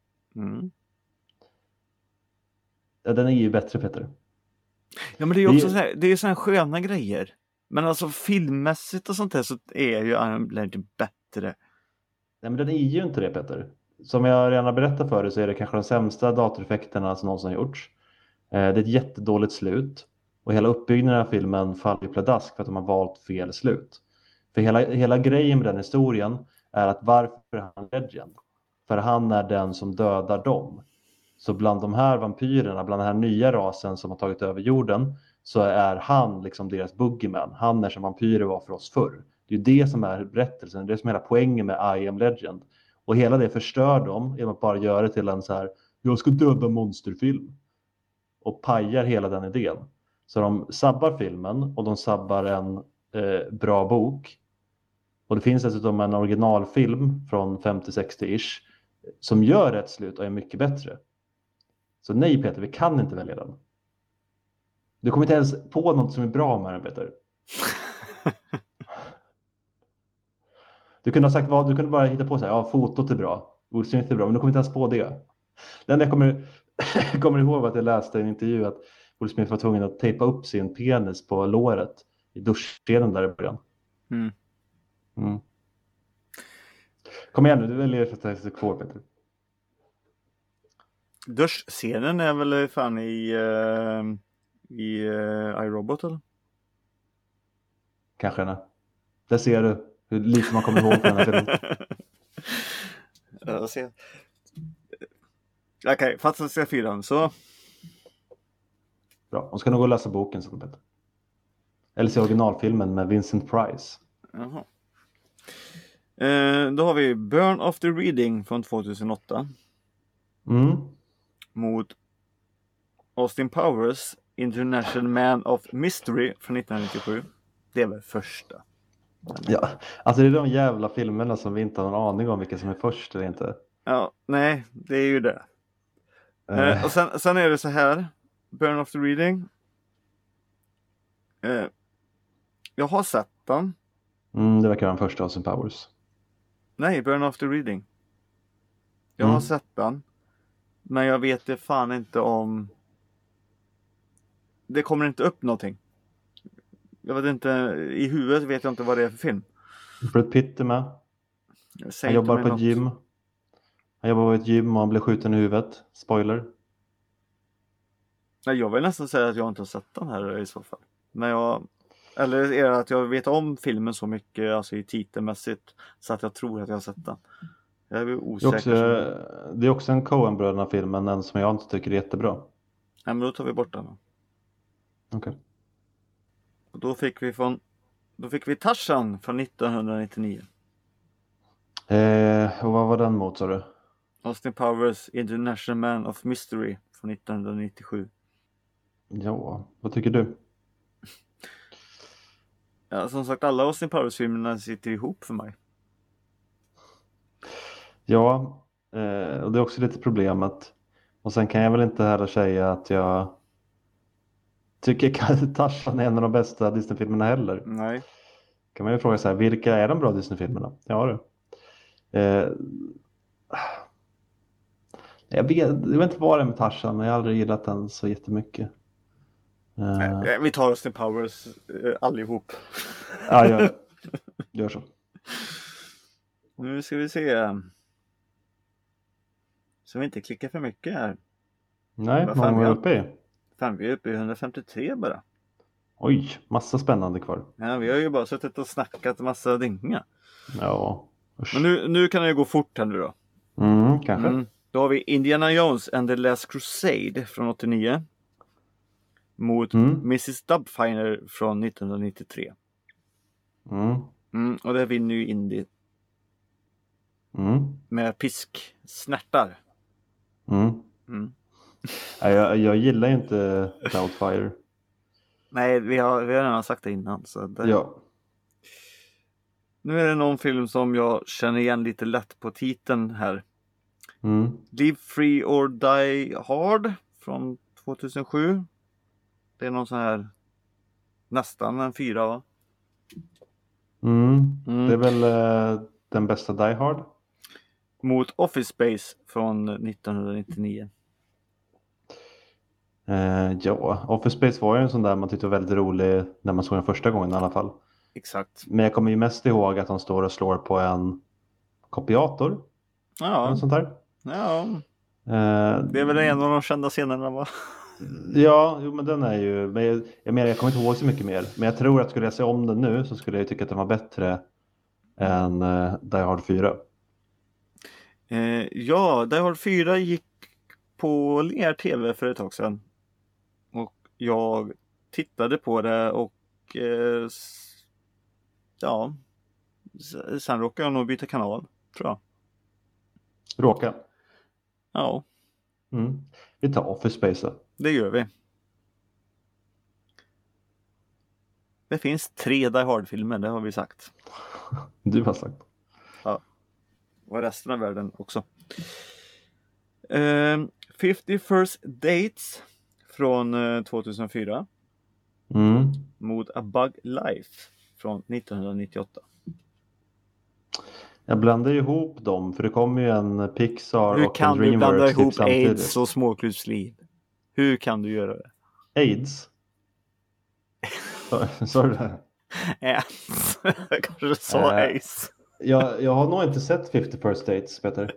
Ja, den är ju bättre, Peter. Ja, men det är ju också så här, det är såna sköna grejer. Men alltså filmmässigt och sånt där så är ju I Am Legend bättre. Nej, men den är ju inte det, Peter. Som jag redan har berättat för dig så är det kanske de sämsta datoreffekterna som någonsin har gjorts. Det är ett jättedåligt slut. Och hela uppbyggnaden av filmen faller ju pladask för att de har valt fel slut. För hela grejen med den historien är att varför är han Legend? För han är den som dödar dem. Så bland de här vampyrerna, bland den här nya rasen som har tagit över jorden, så är han liksom deras boogeyman. Han är som vampyrer var för oss förr. Det är ju det som är berättelsen, det är som hela poängen med I Am Legend. Och hela det förstör dem genom att bara göra det till en så här, jag ska döda monsterfilm. Och pajar hela den idén. Så de sabbar filmen och de sabbar en bra bok. Och det finns dessutom en originalfilm från 50-60-ish som gör ett slut och är mycket bättre. Så nej, Peter, vi kan inte välja den. Du kommer inte ens på något som är bra med den, Peter. Du kunde ha sagt vad, du kunde bara hitta på så här, ja, fotot är bra, Will Smith är bra, men du kommer inte ens på det. Den jag kommer ihåg att jag läste i en intervju att Will Smith var tvungen att tejpa upp sin penis på låret i duschscenen där i början. Kom igen nu, du väljer Fantastic Four, Peter. Duschscenen är väl fan i iRobot eller? Kanske den. Där ser du hur lite man kommer ihåg från den här filmen. Jag ser. Okej, Fantastiska fyran så. Bra, hon ska nog gå och läsa boken sen, Peter. Eller se originalfilmen med Vincent Price. Jaha. Då har vi Burn After Reading från 2008 mot Austin Powers International Man of Mystery från 1997. Det är väl första. Ja, alltså det är de jävla filmerna som vi inte har någon aning om vilka som är först eller inte. Ja, nej, det är ju det. Och sen är det så här. Burn After Reading. Jag har sett den. Det verkar vara den första Austin Powers. Nej, Burn After Reading. Jag har sett den. Men jag vet det fan inte om... Det kommer inte upp någonting. Jag vet inte, i huvudet vet jag inte vad det är för film. Brad Pitt är med. Han jobbar på ett gym. Han jobbar på ett gym och han blir skjuten i huvudet. Spoiler. Nej, jag vill nästan säga att jag inte har sett den här i så fall. Men jag... Eller är det att jag vet om filmen så mycket, alltså i titelmässigt, så att jag tror att jag har sett den. Jag är osäker. Det är också en Coen-bröderna-film, men som jag inte tycker är jättebra. Nej, men då tar vi bort den. Okej. Och då fick vi Tarzan från 1999. Och vad var den mot, sa du? Austin Powers International Man of Mystery från 1997. Ja, vad tycker du? Ja, som sagt, alla Austin Powers-filmerna sitter ihop för mig. Ja, och det är också lite problemet. Och sen kan jag väl inte heller säga att jag tycker att Tarzan är en av de bästa Disney-filmerna heller. Nej. Kan man ju fråga så här, vilka är de bra Disney-filmerna? Ja du. Jag vet inte vad det är med Tarzan, men jag har aldrig gillat den så jättemycket. Vi tar Austin Powers allihop. Ja, gör så. Nu ska vi se. Så vi inte klickar för mycket här. Nej, vad är vi uppe i? Fan, vi är uppe i 153 bara. Oj, massa spännande kvar. Ja, vi har ju bara suttit och snackat massa dinga. Ja. Usch. Men nu kan det ju gå fort här nu då. Kanske. Då har vi Indiana Jones and the Last Crusade från 89. Mot Mrs. Doubtfire från 1993. Och det vinner ju Indy. Med pisksnärtar. Jag gillar ju inte Doubtfire. Nej, vi har redan sagt det innan. Så det... Ja. Nu är det någon film som jag känner igen lite lätt på titeln här. Live Free or Die Hard från 2007. Det är någon sån här nästan en 4, va? Det är väl den bästa Die Hard. Mot Office Space från 1999. Ja, Office Space var ju en sån där man tyckte var väldigt rolig när man såg den första gången i alla fall. Exakt. Men jag kommer ju mest ihåg att han står och slår på en kopiator. Ja. Eller sånt där. Ja. Det är väl en av de kända scenerna, va? Ja, jo, men den är ju... Men jag kommer inte ihåg så mycket mer. Men jag tror att skulle jag se om den nu så skulle jag tycka att den var bättre än Die Hard 4. Ja, Die Hard 4 gick på Lear TV för ett tag sedan. Och jag tittade på det och ja, sen råkade jag nog byta kanal, tror jag. Råka? Ja. Vi tar Office Space då. Det gör vi. Det finns 3 Die Hard-filmer, det har vi sagt. Du har sagt. Ja. Och resten av världen också. 50 First Dates från 2004. Mot A Bug Life från 1998. Jag blandar ihop dem, för det kommer ju en Pixar Hur och en DreamWorks. Hur kan du blanda ihop samtidigt. AIDS och Småklubbsliv? Hur kan du göra det? AIDS? Sa du det? Jag kanske sa AIDS. Jag har nog inte sett 50 First Dates, Peter.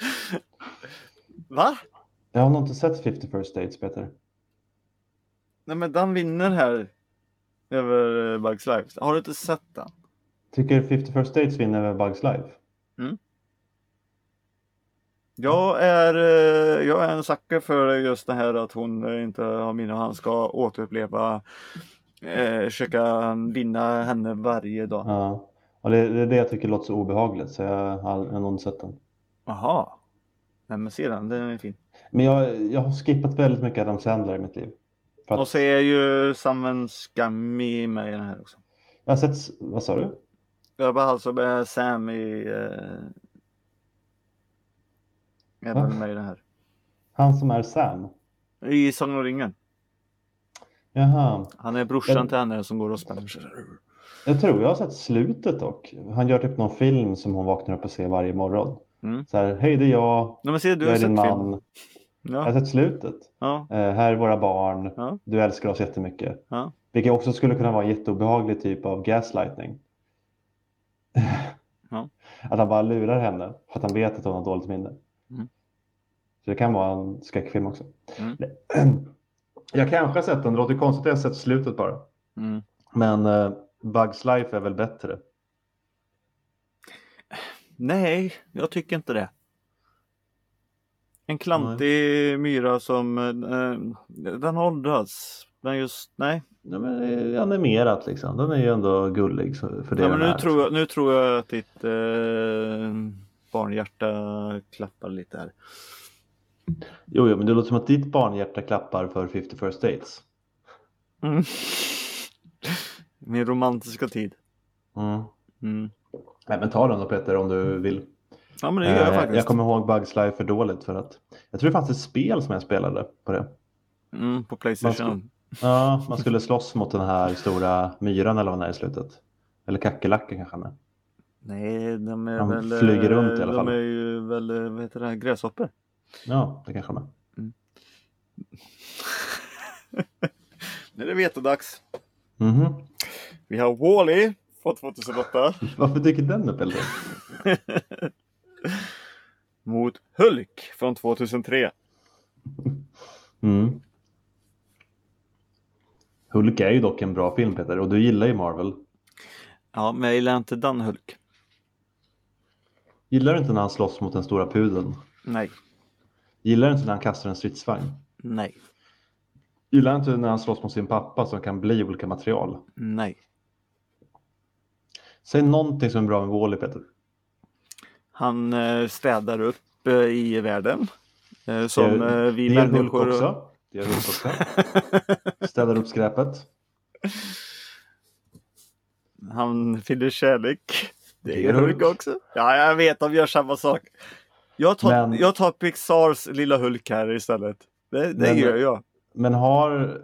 Va? Jag har nog inte sett 50 First Dates, Peter. Nej, men den vinner här över Bugs Life. Har du inte sett den? Tycker 50 First Dates vinner över Bugs Life? Jag är en sucker för just det här att hon inte har minne och han ska återuppleva försöka vinna henne varje dag. Ja. Och det är det jag tycker låter så obehagligt. Så jag har nog inte sett den. Jaha. Nej men se den är fin. Men jag har skippat väldigt mycket Adam Sandler i mitt liv. För Och att så är ju Sam Scammy med i den här också. jag har sett, vad sa du? Jag var alltså med Sam i även med i den här. Han som är Sam. I Sagan om ringen. Jaha. Han är brorsan till henne som går och spänner sig. Jag tror jag har sett slutet dock. Han gör typ någon film som hon vaknar upp och ser varje morgon. Mm. Så här, hej det är jag. Nej, men se, du Jag har är din sett man. filmen. Jag har Ja. sett slutet. Ja. Här är våra barn. Ja. Du älskar oss jättemycket. Ja. Vilket också skulle kunna vara en jätteobehaglig typ av gaslighting. Ja. Att han bara lurar henne för att han vet att hon har dåligt minne. Mm. Så det kan vara en skräckfilm också. Mm. Jag kanske har sett den. Det låter konstigt att jag har sett slutet bara. Mm. Men Bugs Life är väl bättre. Nej, jag tycker inte det. En klantig myra som den åldras. Men just, nej. Ja, men det är animerat liksom. Den är ju ändå gullig för det Ja, men den är. nu tror jag att ditt barnhjärta klappar lite här. Jo, men det låter som att ditt barnhjärta klappar för 50 First Dates. Mm. Min romantiska tid. Mm. Mm. Nej, men ta den då Peter om du vill. Ja, men det gör jag faktiskt. Jag kommer ihåg Bugs Life för dåligt för att jag tror det fanns ett spel som jag spelade på det. På PlayStation. Man skulle slåss mot den här stora myran eller vad den är i slutet. Eller kackerlacken kanske han är. Nej, de är De väl flyger runt i alla fall. De är ju väl, vad heter det, gräshopper. Ja, det kanske han är. Nu är det vetodags. Mhm. Vi har Wall-E från 2008 Varför dyker den upp eller? mot Hulk från 2003. Mm. Hulk är ju dock en bra film Peter och du gillar ju Marvel. Ja, men jag gillar inte den Hulk. Gillar du inte när han slåss mot den stora pudeln? Nej. Gillar du inte när han kastar en stridsvagn? Nej. Gillar du inte när han slåss mot sin pappa som kan bli olika material? Nej. Säg någonting som är bra med Wall-E Peter. Han städar upp i världen. Som vi det gör Hulk människor... också. Det gör Hulk också. Städar upp skräpet. Han finner kärlek. Det gör Hulk också. Ja, jag vet, de gör samma sak. Jag tar Pixars lilla Hulk här istället. Det gör jag. Men har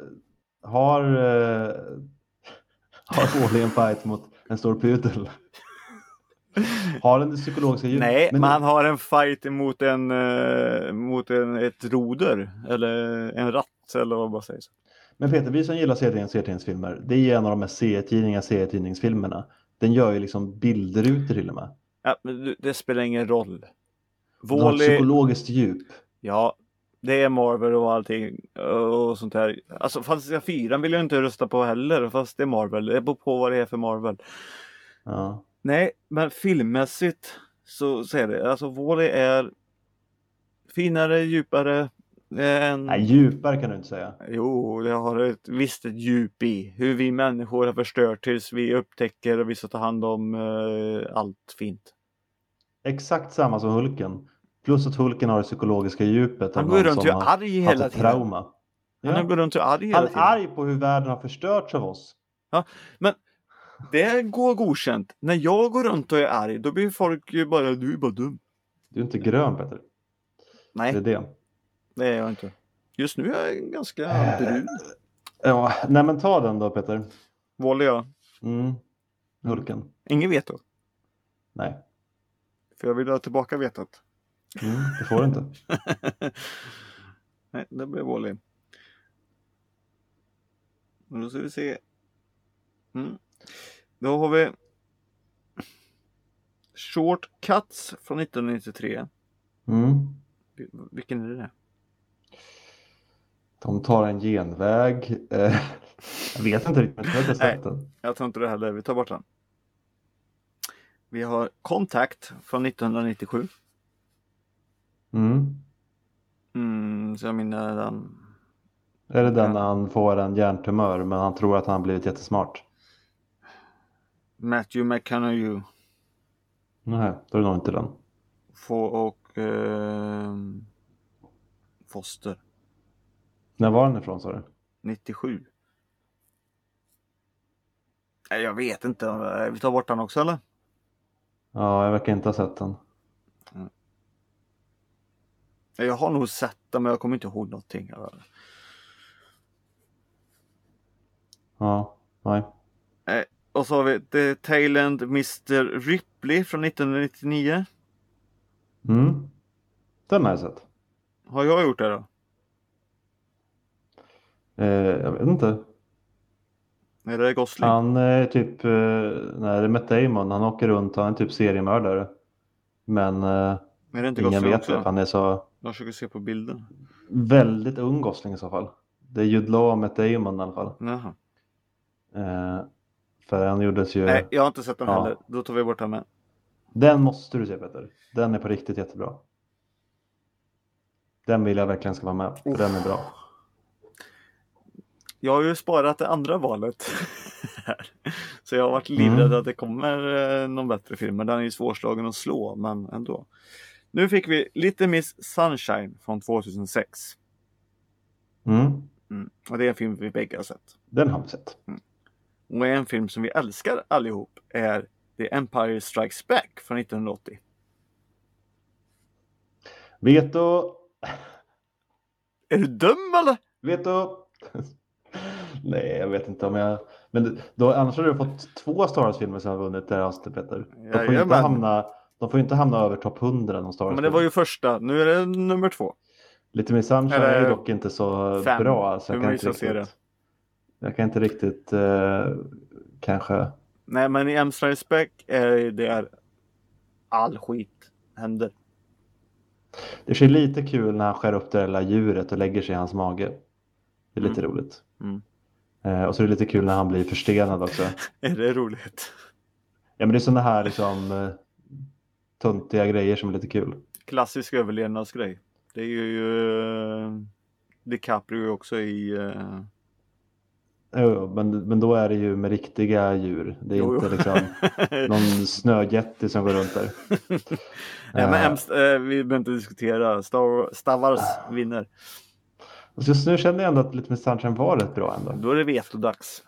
Wall-E en fight mot en stor pudel? Har den psykologiska djup? Nej, men han har en fight mot ett roder. Eller en ratt, eller vad man säger. Men Peter, vi som gillar serietidningsfilmer, det är en av de mest serietidningsfilmerna. Den gör ju liksom bilderutor till och med. Ja, men det spelar ingen roll. Den har psykologiskt djup. Ja, det är Marvel och allting och sånt där. Alltså Fantastiska 4 vill jag inte rösta på heller, fast det är Marvel. Det beror på vad det är för Marvel. Ja. Nej, men filmmässigt så är det. Alltså Wall-E är finare, djupare. Nej, djupare kan du inte säga. Jo, det har ett visst djup i. Hur vi människor har förstört tills vi upptäcker och vi ska ta hand om allt fint. Exakt samma som Hulken. Plus att Hulken har det psykologiska djupet. Han går runt och är arg hela tiden. Trauma. Ja. Han går runt och är arg hela tiden. Han är arg på hur världen har förstörts av oss. Ja, men det går godkänt. När jag går runt och är arg, då blir folk ju bara, du är bara dum. Du är inte grön, Peter. Nej, det är det. Det är jag inte. Just nu är jag ganska brun. Ja, nej men ta den då, Peter. Wall-E, ja. Hulken. Ingen veto. Nej. För jag vill ha tillbaka vetot. Det får du inte. Nej, det blir Wall-E. Och då ska vi se. Då har vi Short Cuts från 1993. Vilken är det? De tar en genväg. Jag vet inte riktigt. Jag har inte sett den. Jag tror inte det heller. Vi tar bort den. Vi har Contact från 1997. Mm. Så jag minns den. Är det den när han får en hjärntumör men han tror att han har blivit jättesmart? Matthew McConaughey Nej, då är det nog inte den. och Foster När var den ifrån, sa du? 97. Nej, jag vet inte. Vi tar bort den också, eller? Ja, jag verkar inte ha sett den. Jag har nog sett den, men jag kommer inte ihåg någonting. Ja, nej. Och så har vi The Thailand Mr. Ripley från 1999. Den har jag sett. Har jag gjort det då? Jag vet inte. Är det Gosling? Han är typ, nej det är Matt Damon, han åker runt, han är typ seriemördare. Men Är det inte ingen Gosling vet också? det, för han är så Jag försöker se på bilden. väldigt ung Gosling i så fall. Det är Jude Law och Matt Damon i alla fall. Jaha. För han gjordes ju... Nej, jag har inte sett den Ja. heller. Då tar vi bort den med. Den måste du se, Peter. Den är på riktigt jättebra. Den vill jag verkligen ska vara med, för den är bra. Jag har ju sparat det andra valet här. Så jag har varit livrädd att det kommer någon bättre film. Men den är ju svårslagen att slå, men ändå. Nu fick vi Little Miss Sunshine från 2006. Och det är en film vi bägge har sett. Den har vi sett. Och en film som vi älskar allihop är The Empire Strikes Back från 1980. Vet du... Är du dum eller? Vet du... Nej, jag vet inte om jag... Men då, annars har du fått 2 Star Wars-filmer som har vunnit det här avsnittet, Peter. De får ju inte hamna över topp 100 någon Star Wars. Men det var ju första, nu är det nummer 2. Little Miss Sunshine är ju dock inte så 5. bra. Så jag kan inte riktigt kanske... Nej, men i Empire Strikes Back är det all skit händer. Det är lite kul när han skär upp det där djuret och lägger sig i hans mage. Det är lite roligt. Och så är det lite kul när han blir förstenad också. Är det roligt? Ja, men det är sådana här liksom töntiga grejer som är lite kul. Klassisk överlevnadsgrej. Det är ju DiCaprio också i... Jo, men då är det ju med riktiga djur. Det är inte liksom någon snöjätte som går runt där. Nej, men vi behöver inte diskutera. Star Wars vinner. Och just nu känner jag ändå att Little Miss Sunshine var rätt bra ändå. Då är det vetodags.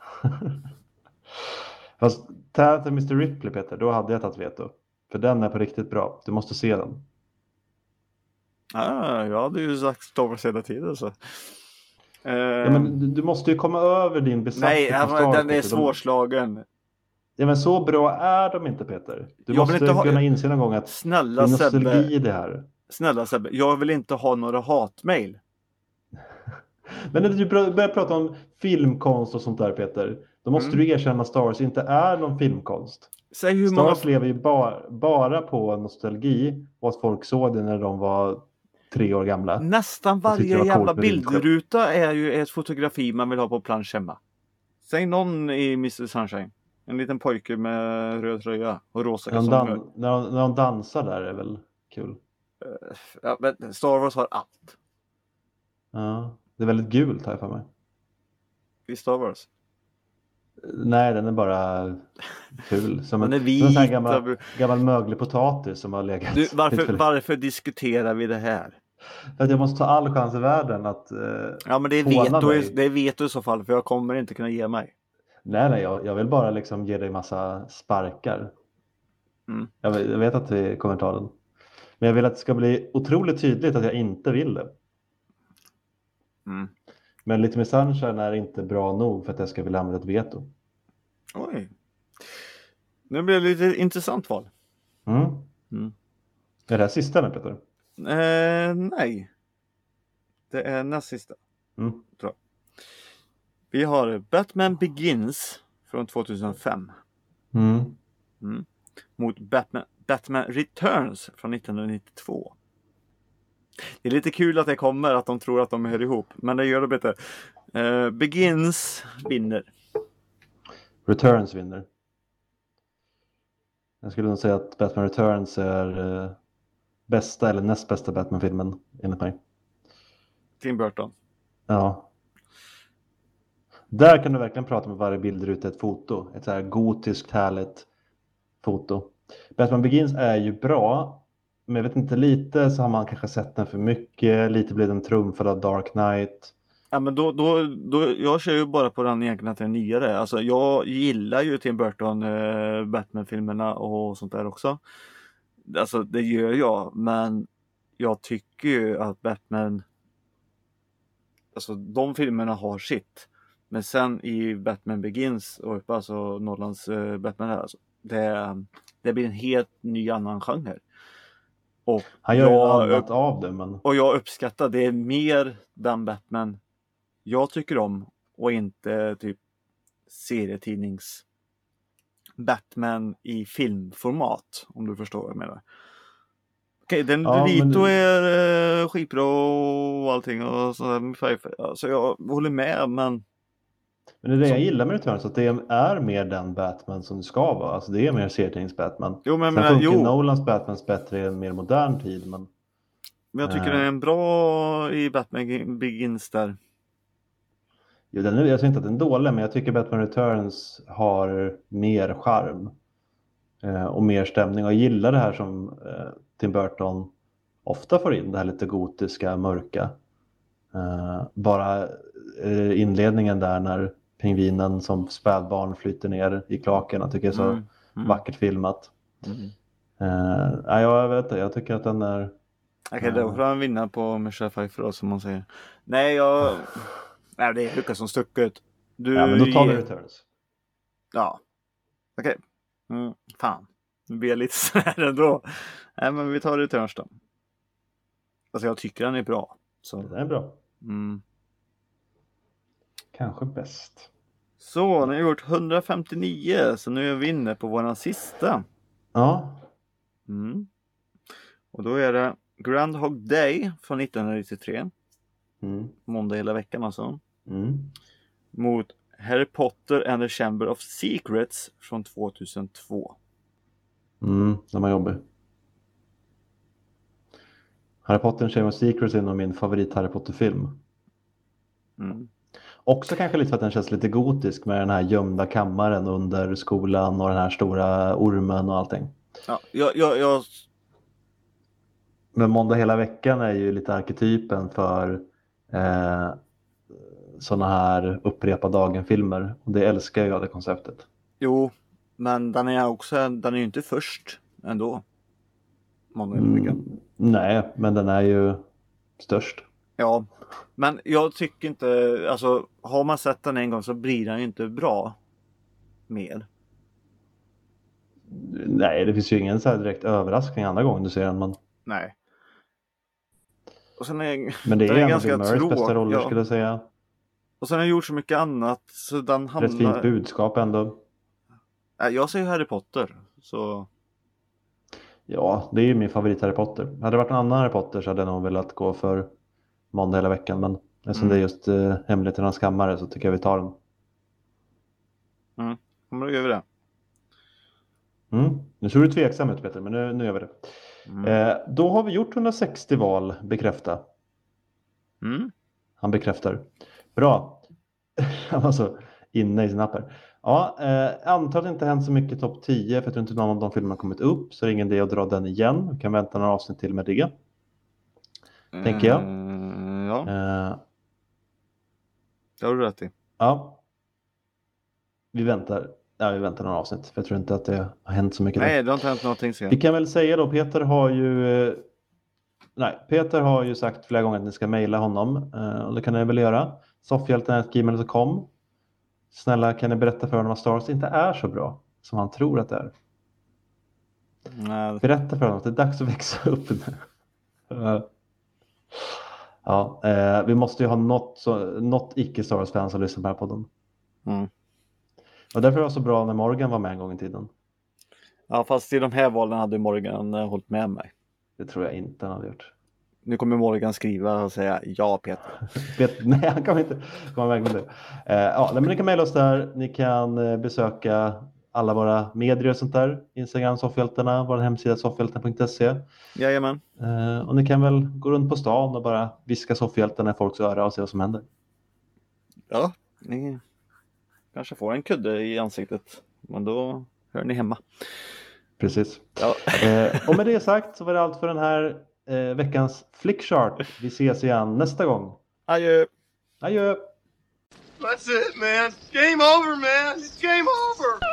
Fast Talented Mr. Ripley, Peter, då hade jag tagit veto. För den är på riktigt bra. Du måste se den. Jag hade ju sagt Star Wars hela tiden så. Ja, men du måste ju komma över din besatthet. Nej, den är svårslagen. Ja, men så bra är de inte, Peter. Du måste kunna inse någon gång att snälla det är nostalgi i det här. Snälla Sebbe, jag vill inte ha några hatmail. Men när du börjar prata om filmkonst och sånt där, Peter, då måste du erkänna att Star Wars inte är någon filmkonst. Säg hur Star Wars lever ju bara på nostalgi och att folk såg det när de var 3 år gamla. Nästan varje jävla bildruta är ju ett fotografi man vill ha på plansch hemma. Säg någon i Mr. Sunshine. En liten pojke med röd tröja och rosa kalsonger. När de dansar där är väl kul. Ja, men Star Wars har allt. Ja, det är väldigt gult här för mig. I Star Wars? Nej, den är bara ful. Som en vit, sån här gammal möglig potatis som har legat. Varför diskuterar vi det här? För att jag måste ta all chans i världen att ja, men det vet du i så fall, för jag kommer inte kunna ge mig. Nej, jag vill bara liksom ge dig massa sparkar. Jag vet att vi kommer ta den. Men jag vill att det ska bli otroligt tydligt att jag inte vill det. Men Little Miss Sunshine är inte bra nog för att jag ska vilja använda ett veto. Oj. Nu blir det lite intressant val. Är det här sista nu, Peter? Nej. Det är näst sista. Tror jag. Vi har Batman Begins från 2005. Mot Batman Returns från 1992. Det är lite kul att det kommer, att de tror att de hör ihop. Men det gör det bättre. Begins vinner. Returns vinner. Jag skulle nog säga att Batman Returns är bästa eller näst bästa Batman-filmen enligt mig. Tim Burton. Ja. Där kan du verkligen prata med varje bildruta ett foto. Ett så här gotiskt härligt foto. Batman Begins är ju bra. Men jag vet inte, lite så har man kanske sett den för mycket. Lite blir den trumfad av Dark Knight. Ja, men jag kör ju bara på den egentligen att den är nyare. Alltså jag gillar ju Tim Burton Batman-filmerna och sånt där också. Alltså det gör jag, men jag tycker ju att Batman, alltså de filmerna har sitt. Men sen i Batman Begins och alltså Nolans Batman här, alltså, det blir en helt ny annan genre. Och Han gör ju annat av det, men... Och jag uppskattar det är mer den Batman jag tycker om och inte typ serietidnings Batman i filmformat, om du förstår vad jag menar. Okej, den Vito är skitbra och allting och sådär. Så jag håller med, men det är det jag gillar med Returns, att det är mer den Batman som det ska vara. Alltså det är mer serietidnings Batman. Jo, men sen funkar Nolans Batmans bättre i en mer modern tid, men jag tycker den är en bra i Batman Begins där. Jo, jag säger inte att den är dålig, men jag tycker Batman Returns har mer charm och mer stämning. Och jag gillar det här som Tim Burton ofta får in, det här lite gotiska, mörka. Bara inledningen där när pingvinen som spädbarn flyter ner i klaken, jag tycker det är så vackert filmat. Jag vet inte, jag tycker att den är... Okej, då får han vinna på Michelle Pfeiffer då, som man säger. Nej, det är Lucas som stucket. Ja, men då tar vi Returns. Ja. Okej. Fan. Nu blir jag lite sådär ändå. Nej, men vi tar Returns då. Alltså jag tycker den är bra. Så. Den är bra. Kanske bäst. Så, den har gjort 159. Så nu är vi inne på våran sista. Ja. Och då är det Groundhog Day från 1993. Måndag hela veckan alltså. Mot Harry Potter and the Chamber of Secrets från 2002. Den var jobbig. Harry Potter and the Chamber of Secrets är nog min favorit Harry Potter-film. Också kanske lite för att den känns lite gotisk med den här gömda kammaren under skolan och den här stora ormen och allting. Ja, jag... Men Måndag hela veckan är ju lite arketypen för såna här upprepa dagen-filmer. Och det älskar jag, det konceptet. Jo, men den är ju inte först ändå. Måndag hela veckan. Nej, men den är ju störst. Ja, men jag tycker inte, alltså har man sett den en gång så blir den ju inte bra mer. Nej, det finns ju ingen så här direkt överraskning andra gången du ser den. Men... Nej. Och sen men det är en av ganska Bill Murrays bästa roller, skulle jag säga. Och sen har jag gjort så mycket annat så den hamnar... Rätt fint budskap ändå. Jag säger Harry Potter, så... Ja, det är ju min favorit Harry Potter. Hade det varit en annan Harry Potter så hade jag nog velat gå för Måndag hela veckan. Men eftersom det är just Hemligheternas kammare så tycker jag vi tar den. Men då gör vi det. Nu såg du tveksam ut, Peter, men nu gör vi det. Då har vi gjort 160 val, bekräfta. Han bekräftar. Bra. Alltså, inne i sin app här. Ja, antar att det inte hänt så mycket topp 10 för jag tror inte någon av de filmerna har kommit upp. Så det är ingen idé att dra den igen. Vi kan vänta några avsnitt till med det. Tänker jag. Ja. Det har du rätt i. Ja. Vi väntar några avsnitt. För jag tror inte att det har hänt så mycket. Nej, det har inte hänt någonting sen. Vi kan väl säga då, Peter har ju sagt flera gånger att ni ska mejla honom. Och det kan ni väl göra. Soffhjälten@gmail.com. Snälla, kan ni berätta för honom att Star Wars inte är så bra som han tror att det är? Nej. Berätta för honom att det är dags att växa upp nu. Ja, vi måste ju ha något icke-Star Wars-fan som lyssnar på den här podden. Och därför var det så bra när Morgan var med en gång i tiden. Ja, fast i de här valen hade Morgan hållit med mig. Det tror jag inte han hade gjort. Nu kommer Morgan skriva och säga ja, Peter. Nej, han kommer inte komma iväg med det. Men ni kan mejla oss där. Ni kan besöka alla våra medier och sånt där. Instagram, Soffhjältarna, vår hemsida soffhjältarna.se. Jajamän. Och ni kan väl gå runt på stan och bara viska Soffhjältarna i folks öra och se vad som händer. Ja, kanske får en kudde i ansiktet. Men då hör ni hemma. Precis. Ja. Och med det sagt så var det allt för den här veckans Flickchart. Vi ses igen nästa gång. Adjö! Adjö! That's it, man. Game over, man. It's game over.